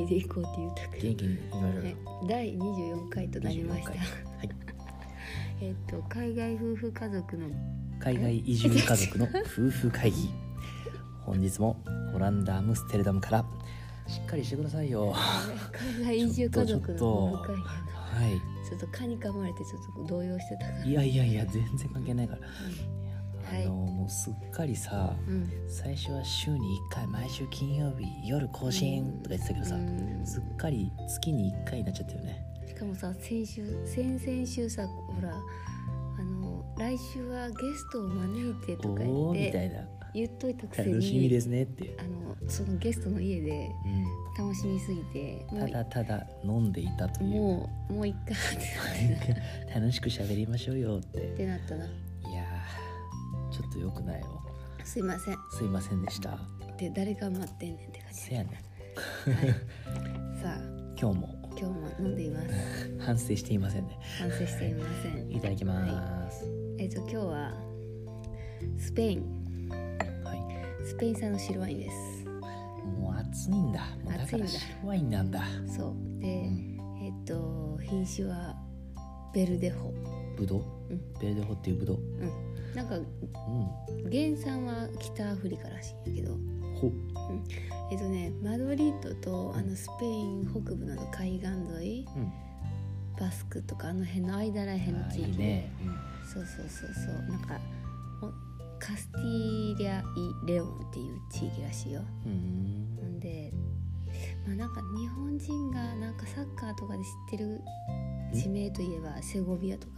でいこうって言ったけど元気にいきましょうよ。 第24回となりました。 はい、 海外夫婦家族の海外移住家族の夫婦会議本日もオランダアムステルダムからしっかりしてくださいよ。 海外移住家族の夫婦会議はい、 ちょっと蚊に噛まれてちょっと動揺してたから。 いや全然関係ないから、 はい、 もうすっかりさ、最初は週に1回毎週金曜日夜更新とか言ってたけどさ、すっかり月に1回になっちゃったよね。 しかもさ先々週さほら来週はゲストを招いてとか言ってみたいな言っといたくせに楽しみですねってそのゲストの家で楽しみすぎて、 ただ飲んでいたというもういっかって楽しく喋りましょうよってなったな。 いやちょっと良くないよ。 すいませんでしたで誰が待ってんねんって感じ。 せやねん、 はい、さあ今日も飲んでいます。 反省していませんね。 反省していません。 いただきます、 今日はスペイン産の白ワインです。 もう暑いんだ。もうだから白ワインなんだ。 そうで、品種はベルデホブドウ、ベルデホっていうブドウ、 なんか、原産は北アフリカらしいんやけど、マドリードとスペイン北部の海岸沿い、バスクとか辺の間らへんの地域で、ね、そうなんかカスティーリャ・イ・レオンっていう地域らしいよ。なんで、なんか日本人がなんかサッカーとかで知ってる地名といえばセゴビアとか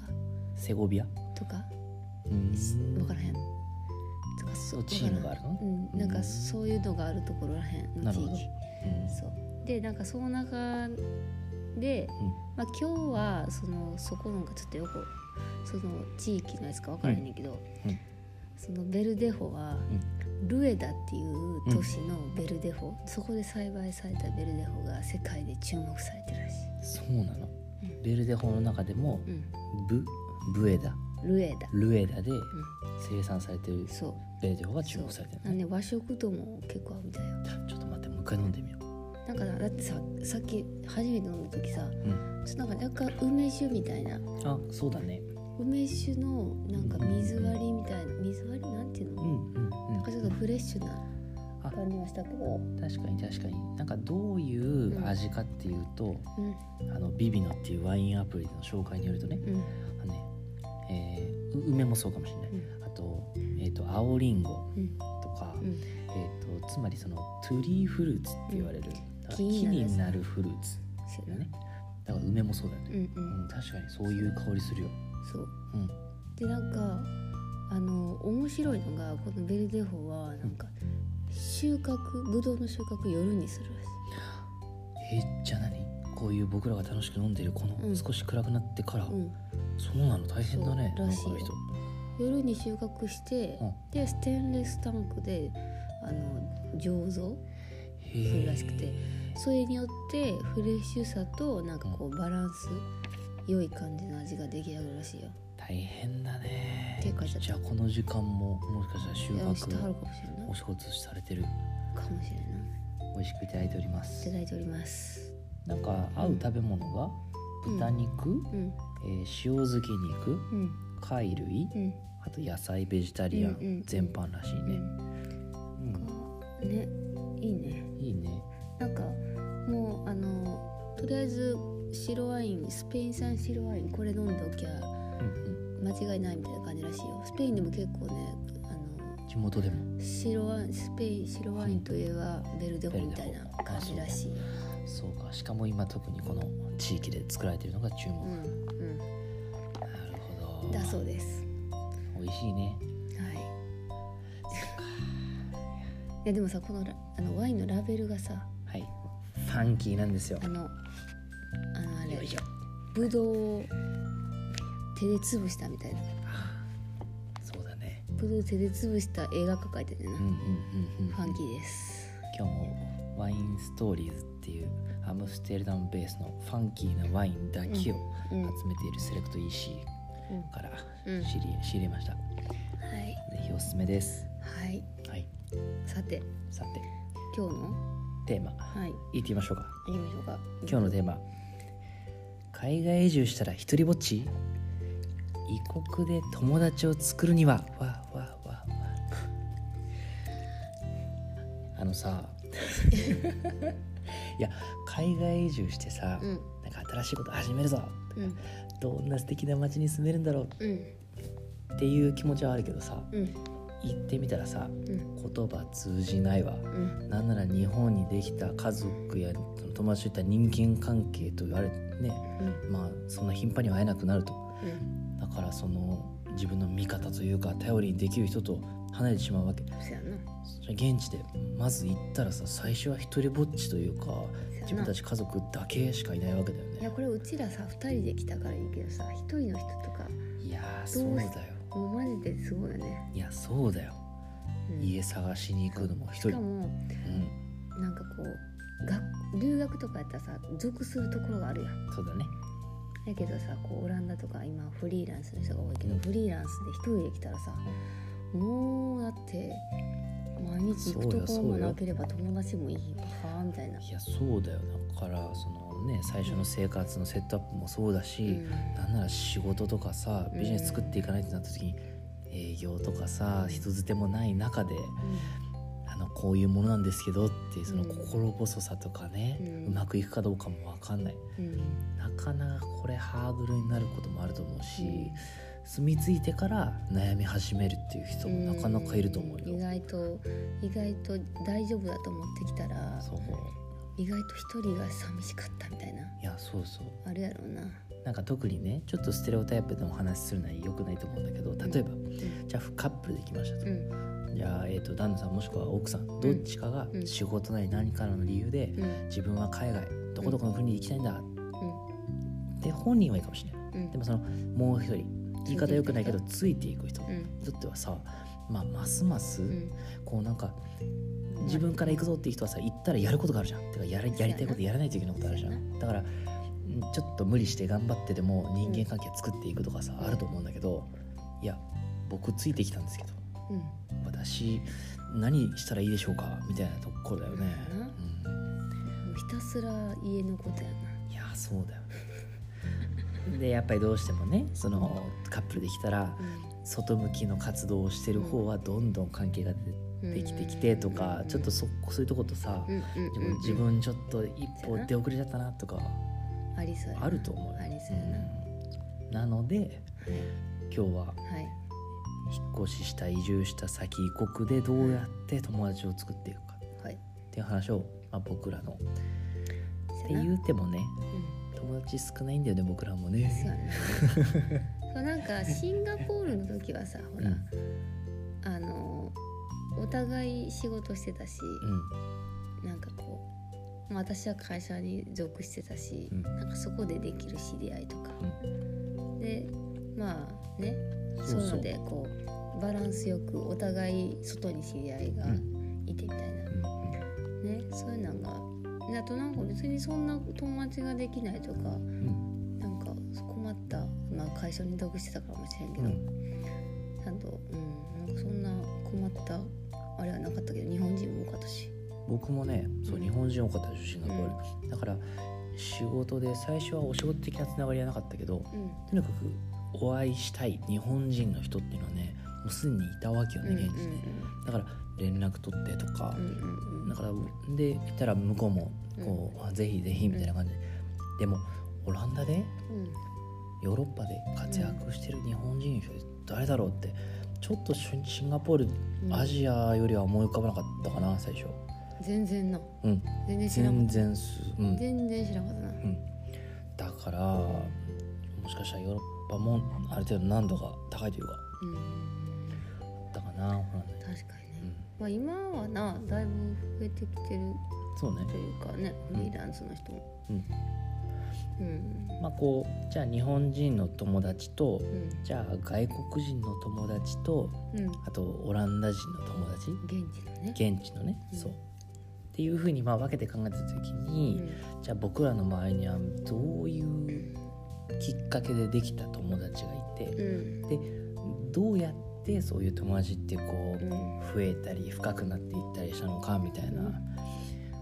分からへんとかそうチームがあるの？ なんかそういうのがあるところらへんの地域。そうでなんかその中で、今日はそこのがちょっとよくその地域のやつか分からへんねんけど、そのベルデホは、ルエダっていう都市のベルデホ、そこで栽培されたベルデホが世界で注目されてるらしい。 そうなの？ベルデホの中でも、ルエダで生産されてるベルデホが注目されてる、 ね、和食とも結構合うみたいよ。 ちょっと待って、もう一回飲んでみよう。 なんかだってさっき初めて飲んだ時さ、ちょっとなんか若干梅酒みたいな。 そうだね。 梅酒のなんか水割りみたいな、水割りなんていうの、なんかちょっとフレッシュな感じがしたけど。確かになんかどういう味かっていうと、ビビノっていうワインアプリの紹介によるとね、梅もそうかもしれない、あと、青リンゴとか、つまりそのトゥリーフルーツって言われる、木になるフルーツだよね。だから梅もそうだよね。確かにそういう香りするよ。そう、でなんか面白いのがこのベルデホはなんかブドウの収穫夜にするらしい。 じゃあ何？こういう僕らが楽しく飲んでいるこの少し暗くなってから、そうなの？大変だね。 らしいよ。夜に収穫して、でステンレスタンクで醸造するらしくて、それによってフレッシュさとなんかこうバランス良い感じの味が出来上がるらしいよ。 大変だね。 じゃあこの時間ももしかしたら収穫してはるかもしれない。 お仕事されてるかもしれない。 美味しくいただいております。なんか合う食べ物が豚肉、塩漬け肉、貝類、あと野菜、ベジタリアン、全般らしいね。 いいね。なんかもうとりあえず白ワイン、スペイン産白ワインこれ飲んでおきゃ間違いないみたいな感じらしいよ。スペインでも結構ね、 地元でもスペイン白ワインといえばベルデホみたいな感じらしいよ。 そうか。しかも今特にこの地域で作られているのが注目。なるほど。 だそうです。 美味しいね。 いやでもさ、このワインのラベルがさ、 ファンキーなんですよ。 あれブドウを手で潰したみたいな。 そうだね。 ブドウ手で潰した絵が描かれてるな。ファンキーです。 今日もワインストーリーズっていうアムステルダムベースのファンキーなワインだけを集めているセレクト EC から仕入れました。ぜひおすすめです。 さて今日テーマ、 はい、 言ってみましょうか。 言いましょうか。 今日のテーマ、海外移住したら一人ぼっち、異国で友達を作るにはさいや海外移住してさ、なんか新しいこと始めるぞ、どんな素敵な街に住めるんだろう、っていう気持ちはあるけどさ、行ってみたらさ、言葉通じないわ、なんなら日本にできた家族や友達といった人間関係と言われてね、まあそんな頻繁には会えなくなると、だからその自分の味方というか頼りにできる人と離れてしまうわけ。 そうやな。 現地でまず行ったらさ、最初は一人ぼっちというか自分たち家族だけしかいないわけだよね。 いやこれうちらさ2人で来たからいいけどさ、一人の人とか、 いやそうだよ、 もうマジですごいよね。 いやそうだよ、家探しに行くのも一人。 しかも、なんかこう留学とかやったらさ属するところがあるやん。 そうだね。 だけどさ、こうオランダとか今フリーランスの人が多いけど、フリーランスで一人で来たらさ、もうだって毎日行くところもなければ友達もいいかみたいな。 いやそうだよ。だからそのね、最初の生活のセットアップもそうだし、なんなら仕事とかさ、ビジネス作っていかないってなった時に、営業とかさ、人づてもない中で、こういうものなんですけどってその心細さとかね、うまくいくかどうかも分かんない、なかなかこれハードルになることもあると思うし、住み着いてから悩み始めるっていう人もなかなかいると思うよ。 意外と大丈夫だと思ってきたら、意外と一人が寂しかったみたいな。いやそうあるやろうな。 なんか特にね、ちょっとステレオタイプでお話しするのは良くないと思うんだけど、例えば、じゃあカップルで行きましたと、じゃあ、旦那さんもしくは奥さん、どっちかが仕事なり何かの理由で、自分は海外どこどこの国に行きたいんだ、で本人はいいかもしれない、でもそのもう一人、言い方良くないけどついていく人にとってはさ、ますますこうなんか自分から行くぞっていう人はさ、行ったらやることがあるじゃん。てかやりたいことやらないといけないことあるじゃん。だからちょっと無理して頑張ってでも人間関係作っていくとかさ、あると思うんだけど、いや僕ついてきたんですけど、私何したらいいでしょうかみたいなところだよね。 ひたすら家のことやな。 いやそうだよでやっぱりどうしてもね、そのカップルできたら、外向きの活動をしてる方はどんどん関係ができてきてとか、ちょっとそういうとことさ、自分ちょっと一歩出遅れちゃったなとかありそうやな。 あると思う。 ありそうやな。なので、今日は引っ越しした移住した先異国でどうやって友達を作っていくかっていう話を、僕らのって言うてもね、友達少ないんだよね僕らもね。 そうなんかシンガポールの時はさ、ほら、お互い仕事してたし、なんかこう、私は会社に属してたし、なんかそこでできる知り合いとか、でそういうのでこうバランスよくお互い外に知り合いがいてみたいな、そういうのが。あとなんか別にそんな友達ができないとか、なんか困った、会社に属してたかもしれんけど、ちゃんと、なんかそんな困ったあれはなかったけど、日本人も多かったし。 僕もね、そう日本人多かったでしょ、シンガポール。だから仕事で最初はお仕事的なつながりはなかったけど、とにかくお会いしたい日本人の人っていうのはね、もうすでにいたわけよね、現地に。だから連絡取ってとか、だからで言ったら向こうもこう、ぜひぜひみたいな感じで、でもオランダで、ヨーロッパで活躍してる日本人の人誰だろうって、ちょっとシンガポール、アジアよりは思い浮かばなかったかな最初。 全然な、全然知らなかった。全然知らなかったな。 だからもしかしたらヨーロッパもある程度難度が高いというか、あったかな。 確かにね。今はな、だいぶ増えてきてるというかね、フリーランスの人も。 こうじゃあ日本人の友達と、じゃあ外国人の友達と、あとオランダ人の友達、現地のね、そうっていう風に分けて考えた時に、じゃあ僕らの周りにはどういうきっかけでできた友達がいて、でどうやってそういう友達ってこう増えたり深くなっていったりしたのかみたいな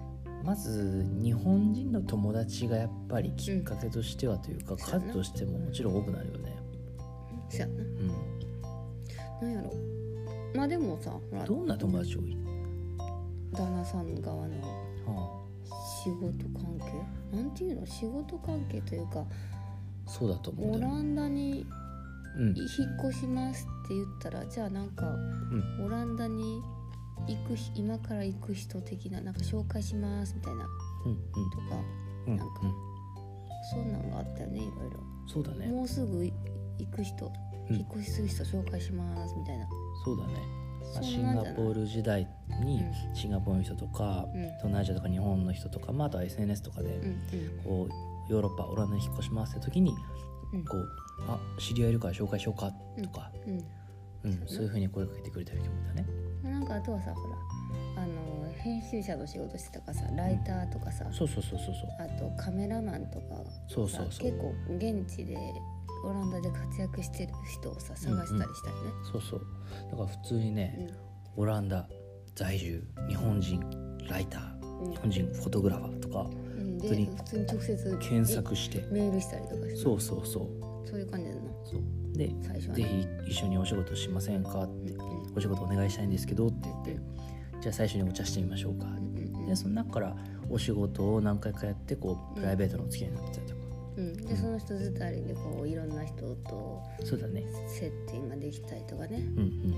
まず日本人の友達がやっぱりきっかけとしてはというか、数としてももちろん多くなるよね。 そうやな。なんやろ。まあでもさ、ほらどんな友達多い？ 旦那さん側の仕事関係、なんていうの、仕事関係というか、 そうだと思う。 オランダに引っ越しますって言ったら、じゃあなんか、オランダに今から行く人的な、なんか紹介しますみたいな、とか、なんか、そんなんがあったよね、いろいろ。 そうだね。 もうすぐ行く人、引っ越しする人紹介しますみたいな。 そうだね。シンガポール時代にシンガポールの人とか、東南アジアとか日本の人とか、あとは SNS とかでこうヨーロッパ、オランダに引っ越しますって時にこう知り合いいるから紹介しようかとか、そういう風に声かけてくれた時もいたね。 なんかあとはさ、ほら編集者の仕事してたからさ、ライターとかさ、 そうあとカメラマンとかさ、結構現地でオランダで活躍してる人をさ探したりしたりね。 そうだから普通にね、オランダ在住日本人ライター、日本人フォトグラファーとか、 で普通に直接検索してメールしたりとかして、そういう感じだな。 そうで、最初はね、ぜひ一緒にお仕事しませんかって、お仕事お願いしたいんですけどって言って、じゃあ最初にお茶してみましょうか、でその中からお仕事を何回かやってこうプライベートのお付き合いになってたりとか、 でその人伝わりでこういろんな人とそうだね、 接点ができたりとかね、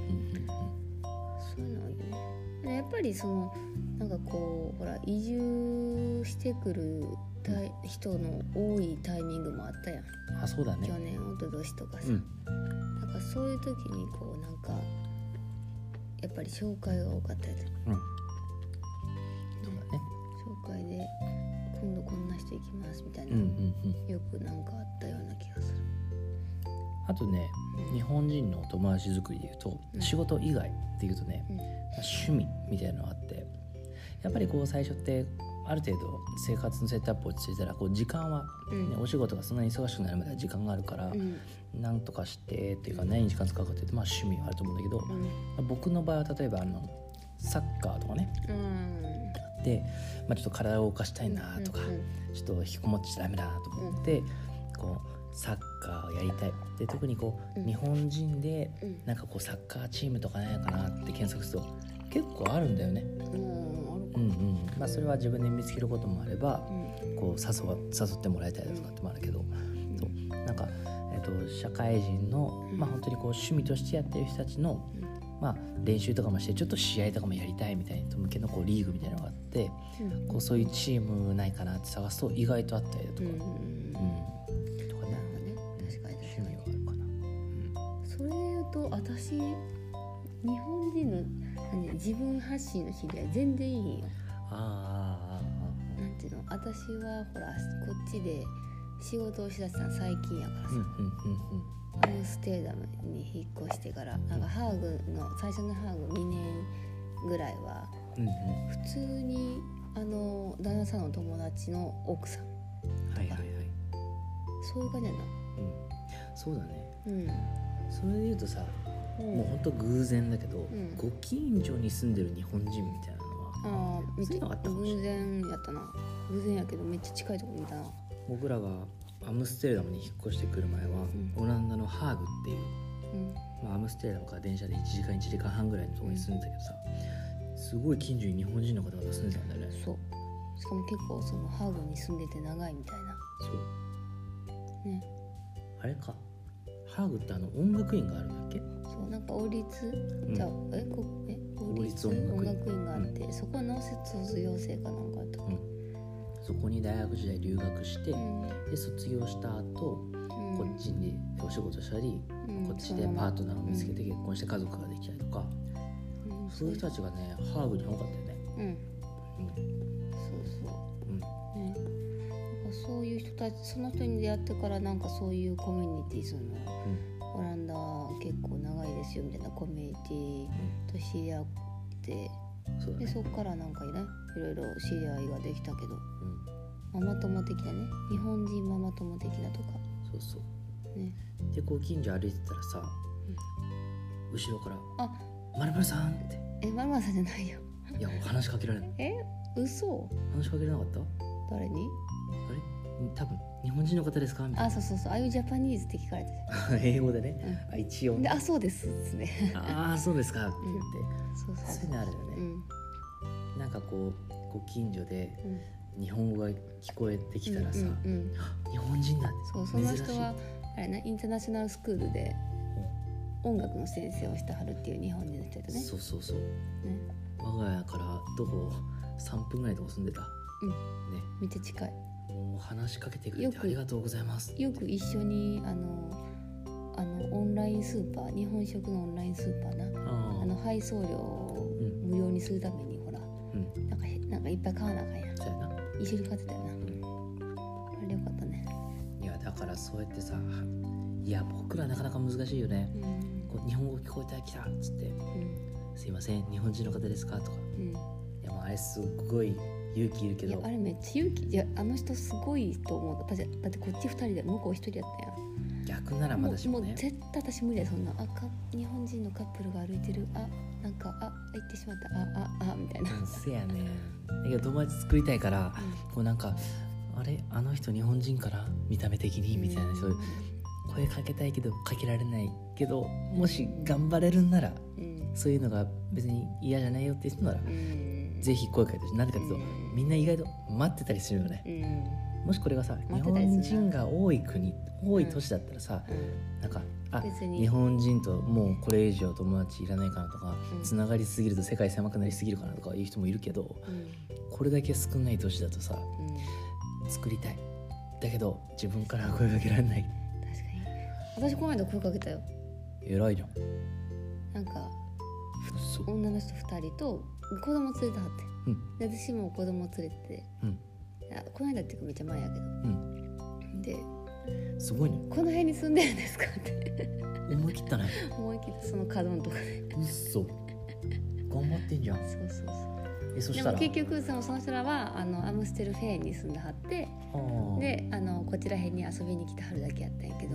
そういうのはね。やっぱりそのなんかこうほら移住してくる人の多いタイミングもあったやん。 そうだね。 去年一昨年とかさ、なんかそういう時にこうなんかやっぱり紹介が多かったりとか、 そうだね。 紹介で今度こんな人行きますみたいな、よくなんかあったような気がする。 あとね、日本人の友達作りでいうと、仕事以外でいうとね、趣味みたいなのがあって、やっぱりこう最初ってある程度生活のセットアップをしていたらこう時間は、お仕事がそんなに忙しくなるまでは時間があるから、なんとかしてっていうか何に時間使うかっていうと、趣味はあると思うんだけど、僕の場合は例えばサッカーとかね、で、ちょっと体を動かしたいなとか、ちょっと引きこもっちゃダメだなと思って、こうサッカーをやりたいで、特にこう、日本人でなんかこうサッカーチームとかないかなって検索すると結構あるんだよね。それは自分で見つけることもあれば、こう誘ってもらいたいとかってもあるけど、なんか、社会人の、本当にこう趣味としてやってる人たちの、練習とかもしてちょっと試合とかもやりたいみたいな人向けのこうリーグみたいなのがあって、こうそういうチームないかなって探すと意外とあったりだとか、 とかね、確かに趣味はあるかな。 それで言うと私日本人の自分発信の知り合い全然いいんよ。なんていうの、私はほらこっちで仕事をしだしたの最近やからさ、アムステルダムに引っ越してから、なんかハーグの最初のハーグ2年ぐらいは、普通に旦那さんの友達の奥さんとか、そういう感じやな。 そうだね。それで言うとさ、もうほんと偶然だけど、ご近所に住んでる日本人みたいなのはめっちゃ偶然やったな。偶然やけどめっちゃ近いところ見たな。 僕らがアムステルダムに引っ越してくる前は、オランダのハーグっていう、アムステルダムから電車で1時間1時間半ぐらいのところに住んでたけどさ、すごい近所に日本人の方が住んでたんだよね。 そう。しかも結構そのハーグに住んでて長いみたいな。 そうね。 あれか、ハーグって音楽院があるんだっけ？ そう、なんか王立音楽院があって、そこの卒業生かなんかあったっけ？ そこに大学時代留学して、で卒業した後、こっちにお仕事したり、こっちでパートナーを見つけて結婚して家族ができたりとか、そういう人たちがねハーグに多かったよね。 そういう人たち、その人に出会ってからなんかそういうコミュニティ、オランダ結構長いですよみたいなコミュニティと知り合って、でそこからなんかいろいろ知り合いができたけど、ママ友的なね、日本人ママ友的なとか、 ね、でこう近所歩いてたらさ、後ろから「まるまるさん」ってまるまるさんじゃないよ。 いや話しかけられるの。 嘘？ 話しかけれなかった？ 誰に？ あれ多分日本人の方ですかみたいな。 そうああいうジャパニーズって聞かれて英語でね、一応でそうですですねそうですかって言って、そういうのあるよね、なんかこうご近所で日本語が聞こえてきたらさ、日本人だって。 その人はあれね、インターナショナルスクールで音楽の先生をしてはるっていう日本人の人だね。 そう、我が家から徒歩3分ぐらいのとこ住んでた、 めっちゃ近い。 もう話しかけてくれてありがとうございます。 よく一緒にオンラインスーパー、日本食のオンラインスーパーな、配送料を無料にするためにほら、なんかいっぱい買わなあかんやん。 そうやな。 一緒に買ってたよな、あれよかったね。 いやだからそうやってさ、いや僕らなかなか難しいよね、こう日本語聞こえてきたっつって、すいません日本人の方ですかとか、いやもうあれすっごい勇気いるけど。 いやあれめっちゃ勇気、いやあの人すごいと思う。だってこっち2人で向こう1人やったやん。 逆ならまだしもね。 もう絶対私無理やそんな。日本人のカップルが歩いてる、なんか行ってしまったみたいな。 せやね。だけど友達作りたいから、こうなんかあれあの人日本人から見た目的にみたいな、そういう声かけたいけどかけられないけど、もし頑張れるんなら、そういうのが別に嫌じゃないよっていう人なら、ぜひ声かけてほしい。なんでかっていうと、みんな意外と待ってたりするよね、もしこれがさ日本人が多い国、多い都市だったらさ、なんか日本人ともうこれ以上友達いらないかなとか、つながりすぎると世界狭くなりすぎるかなとかいう人もいるけど、これだけ少ない都市だとさ、作りたいだけど自分から声かけられない。 確かに私この間声かけたよ。 偉いじゃん。 なんか女の人2人と子供連れてはって、で私も子供連れて、この間っていうかめっちゃ前やけど、ですごいね。 この辺に住んでるんですかって思い切ったね。 思い切ってその角のとこで。 嘘。頑張ってんじゃん。そしたらでも結局その人らはアムステルフェーンに住んではって、でこちら辺に遊びに来てはるだけやったんやけど、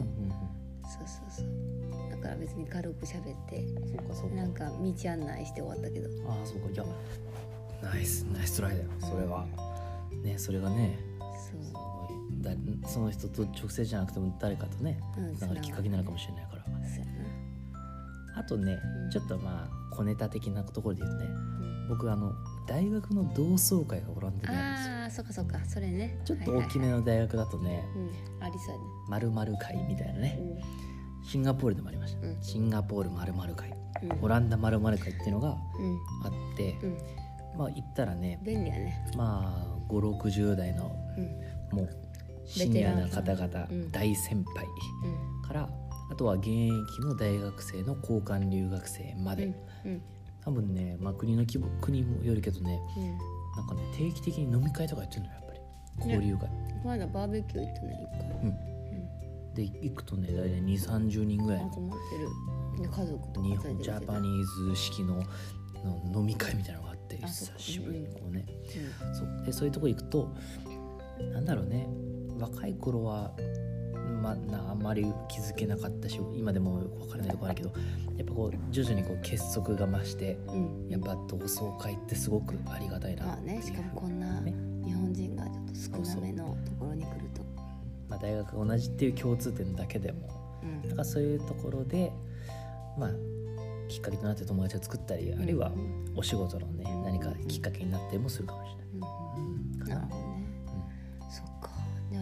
そうだから別に軽く喋って、なんか道案内して終わったけど。 そうか。いやナイストライだよそれは、ね。それがね、すごいその人と直接じゃなくても誰かとね、なんかきっかけになるかもしれないから。あとね、ちょっと小ネタ的なところで言うとね、僕大学の同窓会がオランダにあるんですよ。 そうかそれね。 ちょっと大きめの大学だとね、 ありそうやね。 〇〇会みたいなね、シンガポールでもありました、シンガポール〇〇会、オランダ〇〇会っていうのがあって、行ったらね、 便利やね。 5、60代のもうシニアな方々、大先輩から、あとは現役の大学生の交換留学生まで、多分ね、国の規模、国もよるけどね、なんかね定期的に飲み会とかやってるのよ、やっぱり交流会。 この間バーベキュー行ったね、 で行くとね、大体2、30人ぐらいの集まってるで、家族とか日本ジャパニーズ式の飲み会みたいなのがあって、久しぶりにこうね、そういうとこ行くと、なんだろうね、若い頃はあんまり気づけなかったし、今でも分からないところあるけど、やっぱこう徐々にこう結束が増して、やっぱ同窓会ってすごくありがたいなっていう。 しかもこんな日本人がちょっと少なめのところに来ると、 大学が同じっていう共通点だけでも、だからそういうところできっかけとなって友達を作ったり、あるいはお仕事のね、何かきっかけになってもするかもしれない。 なるほどね。そっか。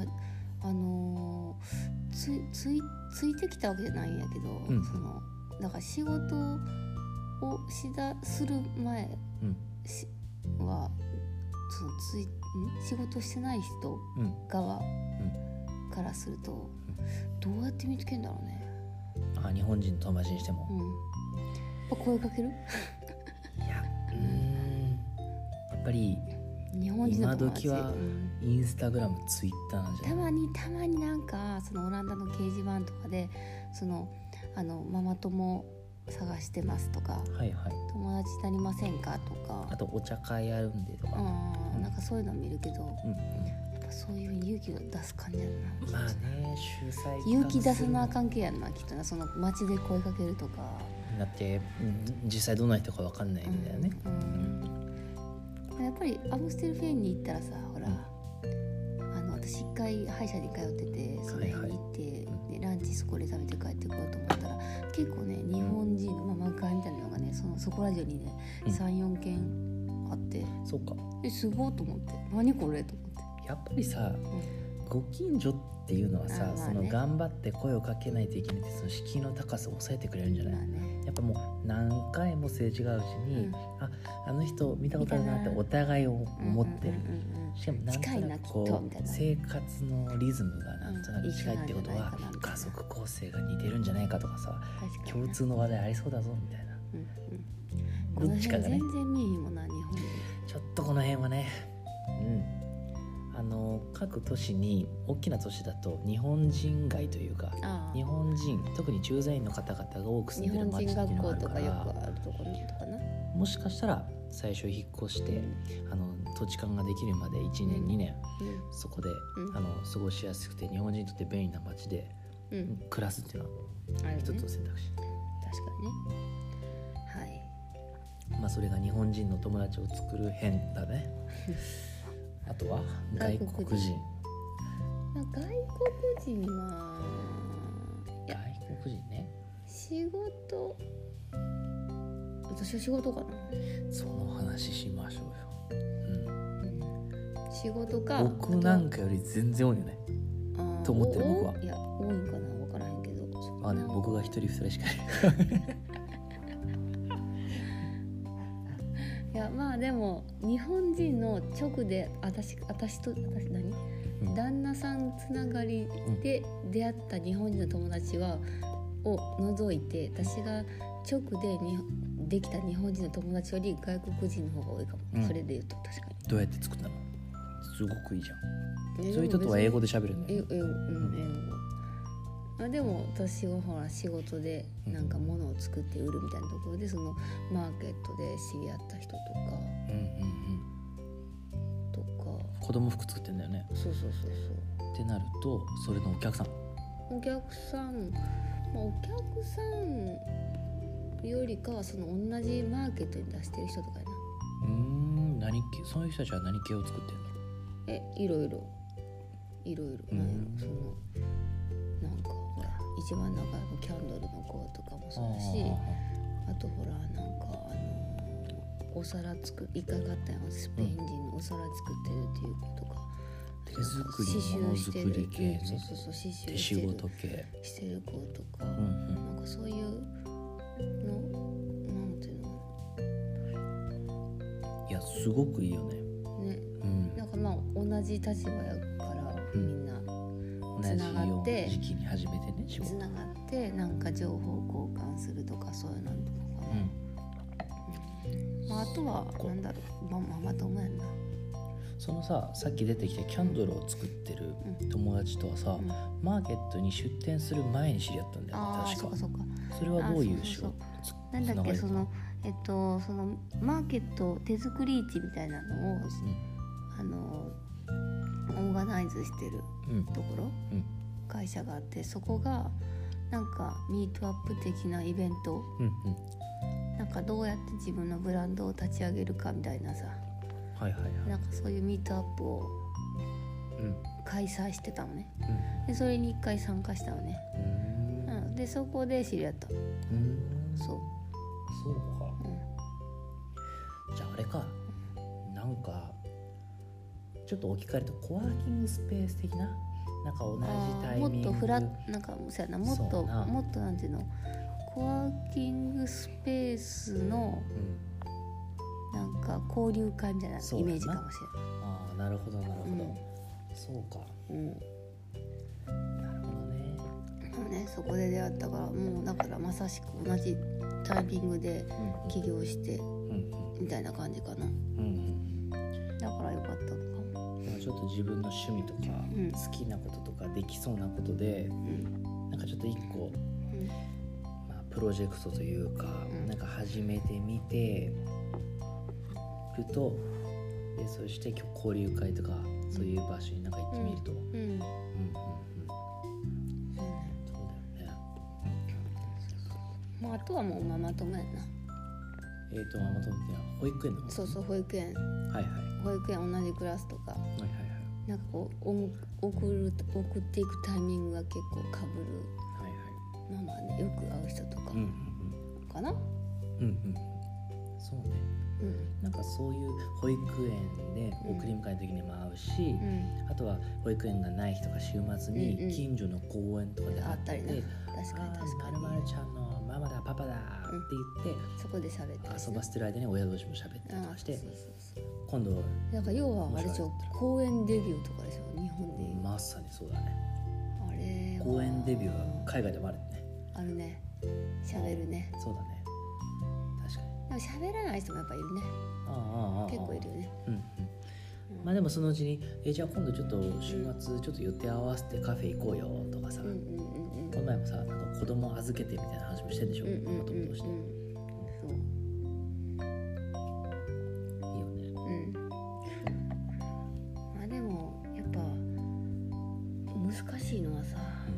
ついてきたわけじゃないんやけど、だから仕事をする前は、仕事してない人側からすると、どうやって見つけるんだろうね。 日本人の友達にしても、 声かける？ いや、やっぱり日本人の友達、今時はインスタグラム、ツイッターなんじゃない？ たまになんかそのオランダの掲示板とかで、ママ友探してますとか、友達になりませんかとか、 あとお茶会やるんでとか、 なんかそういうの見るけど、やっぱそういう勇気を出す感じやな。 主催勇気出さな関係やんな、きっとな。その街で声かけるとかだって、実際どんな人か分かんないみたいなね。 やっぱりアムステルフェーンに行ったらさ、ほら、私一回歯医者に通ってて、その辺に行って、ランチそこで食べて帰ってこようと思ったら、結構ね日本人の、幕張みたいなのがね、そこら中にね 3,4 軒あって、 そうか、 すごいと思って、何これと思って。 やっぱりさ、ご近所っていうのはさ、その頑張って声をかけないといけないって、その敷居の高さを抑えてくれるんじゃない？やっぱもう何回もすれ違ううちに、あの人見たことあるなってお互いを思ってる。しかもなんとなくこう生活のリズムがなんとなく近いってことは、家族構成が似てるんじゃないかとかさ、共通の話題ありそうだぞみたいな。どっちかがね。 全然見えへんもんな、日本で。 ちょっとこの辺はね、各都市に、大きな都市だと日本人街というか、日本人、特に駐在員の方々が多く住んでる街っていうのがあるから、 日本人学校とかよくあるところとかな。 もしかしたら最初引っ越して、土地勘ができるまで1年2年、そこで、過ごしやすくて日本人にとって便利な街で、暮らすっていうのは一つの選択肢。 確かにね。はい。 それが日本人の友達を作る編だね。あとは外国人。 外国人は外国人ね。 仕事。私は仕事かな。 その話しましょうよ。 仕事か。 僕なんかより全然多いよね。と思ってる僕は。 いや、多いんかな、分からへんけど。 僕が一人二人しかいや、でも日本人の直で私何、旦那さんつながりで出会った日本人の友達を除いて、私が直でできた日本人の友達より外国人の方が多いかも。それで言うと確かに。 どうやって作ったの？すごくいいじゃん。そういう人とは英語で喋るんだよ。英語。でも私はほら仕事でなんか物を作って売るみたいなところで、そのマーケットで知り合った人とか、 子供服作ってんだよね。 そうってなると、それのお客さんよりかはその同じマーケットに出してる人とかやな。 そういう人たちは何系を作ってんの？ いろいろなんかほら一番長いキャンドルの子とかもそうだし、あとほらなんかお皿一回買ったよ、スペイン人のお皿作ってるっていう子とか、 手作り物作り系ね。 そう刺繍手仕事系してる子とか、なんかそういうのなんていうの、 いやすごくいいよね。 なんか同じ立場やからみんなつながって、 同じような時期に始めてね、 つながってなんか情報交換するとか、そういうのとかかな。あとはなんだろう、ママ友やんな。 そのさっき出てきたキャンドルを作ってる友達とはさ、マーケットに出店する前に知り合ったんだよね、確か。それはどういう仕事？ なんだっけ、そのマーケット手作り市みたいなのを、オーガナイズしてるところ、会社があって、そこがなんかミートアップ的なイベント、なんかどうやって自分のブランドを立ち上げるかみたいなさ、なんかそういうミートアップを開催してたのね。でそれに一回参加したのね。でそこで知り合った。 そうか。じゃああれか、なんかちょっと置き換えるとコワーキングスペース的な、なんか同じタイミング、 もっとなんかそうやな、もっとなんていうの、コワーキングスペースの、なんか交流会みたいなイメージかもしれない。 なるほどなるほど、そうか、なるほどね。 そこで出会ったから、もうだからまさしく同じタイミングで起業して、みたいな感じかな。だからよかったのかも。 ちょっと自分の趣味とか、好きなこととかできそうなことで、なんかちょっと一個、プロジェクトというか、なんか始めてみてると、でそして今日交流会とか、そういう場所になんか行ってみると、そうだよね。 あとはもうママ友やな。 ママ友って保育園の。 そうそう、保育園。 はいはい。 保育園同じクラスとか。 はいはいはい。 なんかこう送っていくタイミングが結構かぶる。 はいはい。 まあまあね、よく会う人とか。かな。 そうね。なんかそういう保育園で送り迎えの時にも会うし、あとは保育園がない日とか週末に近所の公園とかで会ったりね、 確かにまるちゃんのママだパパだって言って、 そこで喋って遊ばせてる間に親同士も喋ったりとかして、今度なんか要はあれでしょ、公園デビューとかでしょ、日本でいう。 まさにそうだね。 あれ公園デビューは海外でもあるね。 あるね、喋るね。 そうだね、確かに。 でも喋らない人もやっぱいるね。結構いるよね。 まあでもそのうちにじゃあ今度ちょっと週末ちょっと予定合わせてカフェ行こうよとかさ、この前もさ、なんか子供預けてみたいな話もしてるでしょ、ママ友として。 そういいよね。 まあでもやっぱ難しいのはさ、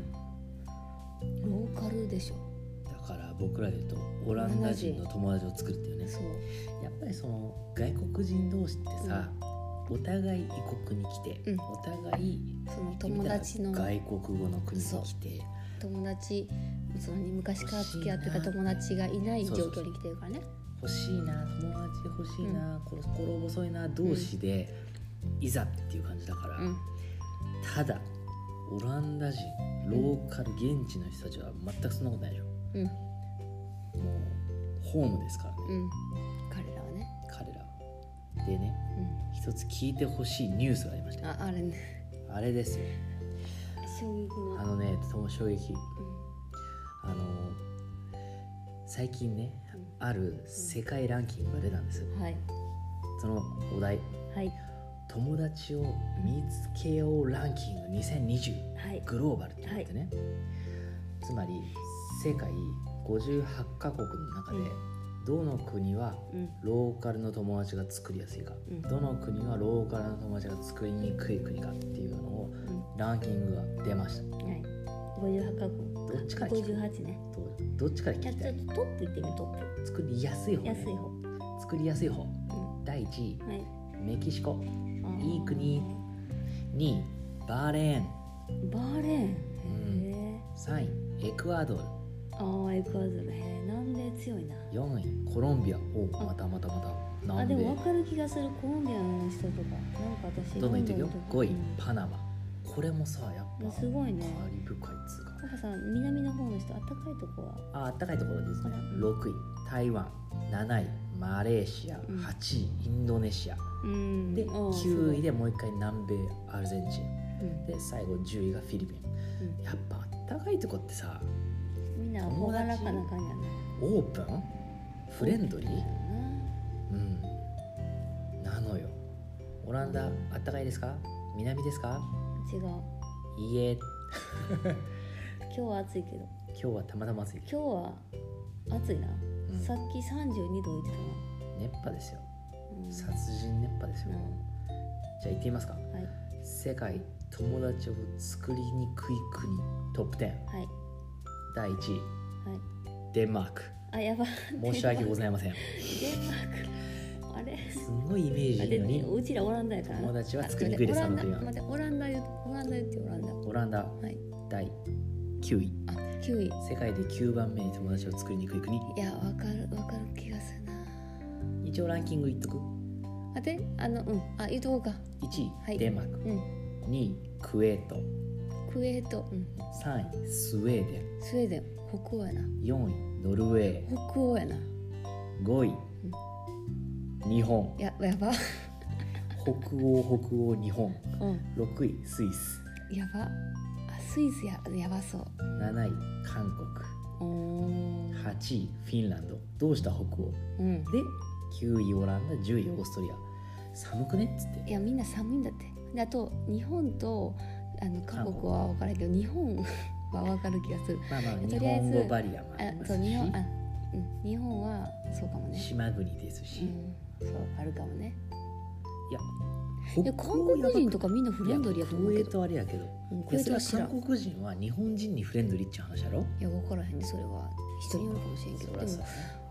ローカルでしょ。 だから僕らで言うとオランダ人の友達を作るっていうね。 そう、 やっぱりその外国人同士ってさ、お互い異国に来て、お互いその友達の外国語の国に来て、 友達、その昔から付き合ってた友達がいない状況に来てるからね。 欲しいな、友達欲しいな、心細いな同士で、いざっていう感じだから、ただオランダ人、ローカル、現地の人たちは全くそんなことないでしょ。もうホームですからね、 彼らはね。 彼らはでね、一つ聞いてほしいニュースがありました。 あれね、 あれですよ。 衝撃のとても衝撃。最近ね、ある世界ランキングが出たんです。そのお題、友達を見つけようランキング2020、グローバルって言ってね、つまり世界58カ国の中で、どの国はローカルの友達が作りやすいか、どの国はローカルの友達が作りにくい国かっていうのを、ランキングが出ました。 58カ国。 どっちから聞きたい 58ね。 どっちから聞きたい？ トップ言ってみ、トップ。 作りやすい方ね。作りやすい方。第1位、メキシコ。いい国。2位、バーレーン。 バーレーン。 3位、エクアドル。 エクアドル。南米強いな。 4位、コロンビア。またでも分かる気がする、コロンビアの人とか。なんか私どんどん言っていくよ。5位、パナマ。これもさ、やっぱすごいね。 カリブ海っつうか。 なんかさ、南の方の人、あったかいとこは。 あったかいところですね。6位、台湾。7位、マレーシア。8位、インドネシア。で、9位でもう一回南米アルゼンチン。で、最後10位がフィリピン。やっぱあったかいとこってさ、 みんな朗らかな感じだね。 オープン？フレンドリー？なのよ。オランダ、あったかいですか？南ですか？ 違う。 いいえ。 今日は暑いけど。 今日はたまたま暑い。 今日は暑いな。さっき32度言ってたな。熱波ですよ。殺人熱波ですよ。じゃあ行ってみますか。世界友達を作りにくい国トップ10。第1位、デンマーク。 やば。 申し訳ございません。 デンマーク。あれ。 すごいイメージいいのに。 うちらオランダやから。 友達は作りにくいです。その国は。 オランダ言って。 オランダ。第9位。 9位。 世界で9番目に友達を作りにくい国。 いや、わかる気がするな。 一応ランキング言っとく。 言っとこうか。 1位、デンマーク。2位、クウェート。3位、スウェーデン。 北欧やな。 4位、ノルウェー。 北欧やな。 5位、日本。 やば。 北欧、日本。6位、スイス。 やば。スイスやばそう。 7位、韓国。8位、フィンランド。どうした北欧。で、9位、オランダ。10位、オーストリア。寒くねっつって。 いや、みんな寒いんだって。で、あと日本と韓国は分からんけど、日本は分かる気がする。 日本語バリアもありますし。 日本はそうかもね。 島国ですし。 そうあるかもね。 いや、 韓国人とかみんなフレンドリーやと思うけど。 クウェートあれやけど。韓国人は日本人にフレンドリーって話やろ。 いや、分からへんね、それは人によるかもしれんけど。でも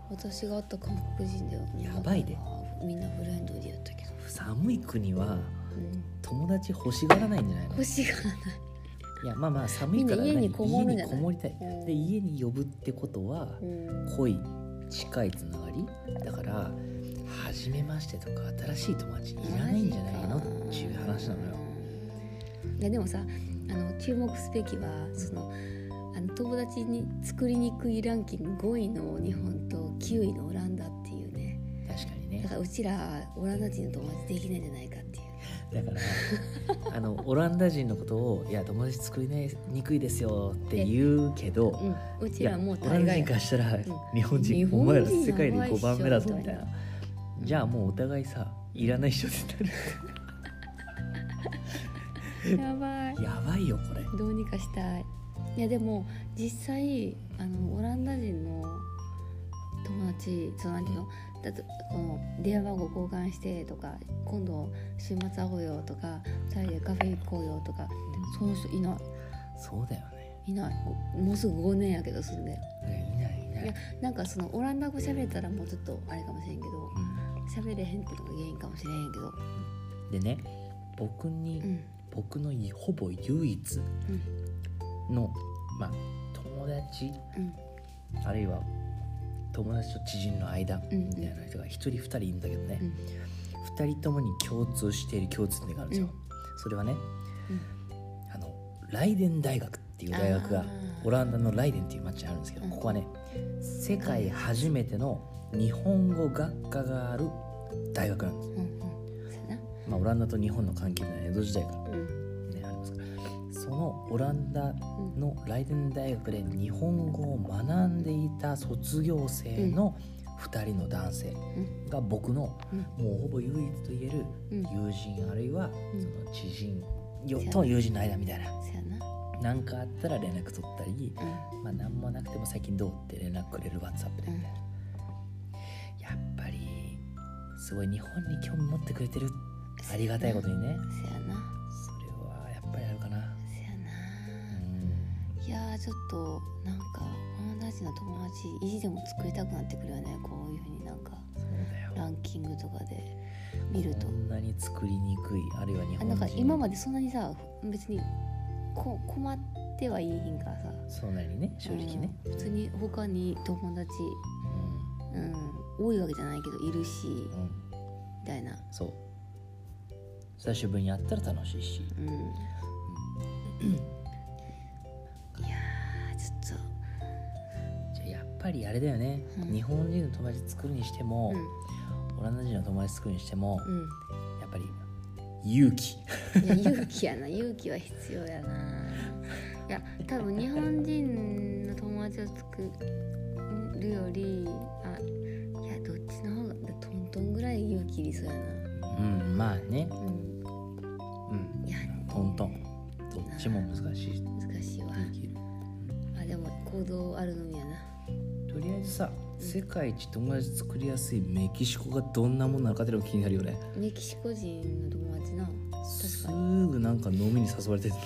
私が会った韓国人ではやばいで、 みんなフレンドリーやったけど、 寒い国は友達欲しがらないんじゃないの？ 欲しがらない。 いやまあまあ寒いからみんな家にこもるんじゃない？ 家にこもりたい。で家に呼ぶってことは濃い近いつながりだから、初めましてとか新しい友達いらないんじゃないのっていう話なのよ。 いやでもさ、注目すべきはその友達に作りにくいランキング5位の日本と9位のオランダっていうね。 確かにね。 だからうちらオランダ人の友達できないんじゃないかっていう。 だからオランダ人のことをいや友達作りにくいですよって言うけど、 うちらもうオランダ人からしたら、日本人お前ら世界で5番目だぞみたいな。じゃあもうお互いさいらない人ってなる。 やばい。 やばいよこれ。 どうにかしたい。いやでも実際オランダ人の友達なんていうのだとこの電話番号交換してとか今度週末会おうよとか2人でカフェ行こうよとか、その人いない。 そうだよね。 いない。もうすぐ5年やけど住んで。 いないいない。 いやなんかそのオランダ語喋れたらもうちょっとあれかもしれんけど、喋れへんっていうのが原因かもしれへんけど。でね僕のほぼ唯一の、友達、あるいは友達と知人の間みたいな人が1人2人いるんだけどね、2人ともに共通している共通点があるんですよ。それはね、ライデン大学っていう大学がオランダのライデンっていう町にあるんですけど、ここはね世界初めての日本語学科がある大学なんです。オランダと日本の関係は江戸時代から、ありますから、そのオランダのライデン大学で日本語を学んでいた卒業生の2人の男性が僕のもうほぼ唯一と言える友人、あるいはその知人と友人の間みたいな。何かあったら連絡取ったり、何もなくても最近どうって連絡くれる WhatsApp でみたいな。やっぱりすごい日本に興味持ってくれてる、ありがたいことにね。 せやな。 それはやっぱりあるかな。 せやな。いやちょっとなんかオランダ人の友達意地でも作りたくなってくるよね。こういう風になんかランキングとかで見ると。 こんなに作りにくい、あるいは日本人。 なんか今までそんなにさ別に困ってはいいひんからさ。 そんなにね、正直ね。 普通に他に友達、多いわけじゃないけどいるし、みたいな。 そう。久しぶりに会ったら楽しいし。いやちょっと。 じゃあやっぱりあれだよね。日本人の友達作るにしても、オランダ人の友達作るにしても、やっぱり勇気。 いや勇気やな。勇気は必要やな。いや多分日本人の友達を作るよりいやどっちの方がトントンぐらい勇気いりそうやな。 まあね。いやトントンどっちも難しい。 難しいわ。でも行動あるのみやな。 とりあえずさ、世界一友達作りやすいメキシコがどんなもんなのかっていうのが気になるよね。 メキシコ人の友達な。 すぐなんか飲みに誘われてる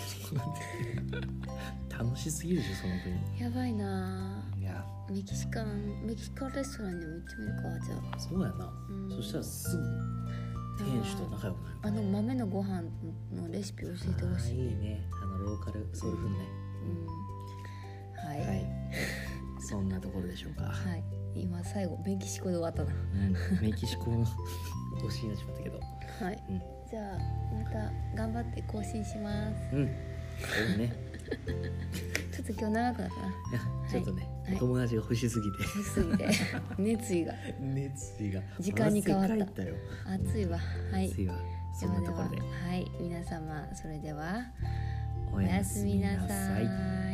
楽しすぎるでしょその国。 やばいな。 いやメキシカンレストランにも行ってみるか。じゃあそうやな、そしたらすぐ店主と仲良くなる。 豆のご飯のレシピ教えてほしい。 いいね、ローカルソウルフードね。 はい、 そんなところでしょうか。 はい、今最後メキシコで終わったな。 メキシコの推しになっちまったけど。 はい、じゃあまた頑張って更新します。 そうね。 ちょっと今日長くなったな。 ちょっとね、友達が欲しすぎて熱意が時間に変わった。暑いわ。はい。 そんなところで。 はい、皆様それではおやすみなさい。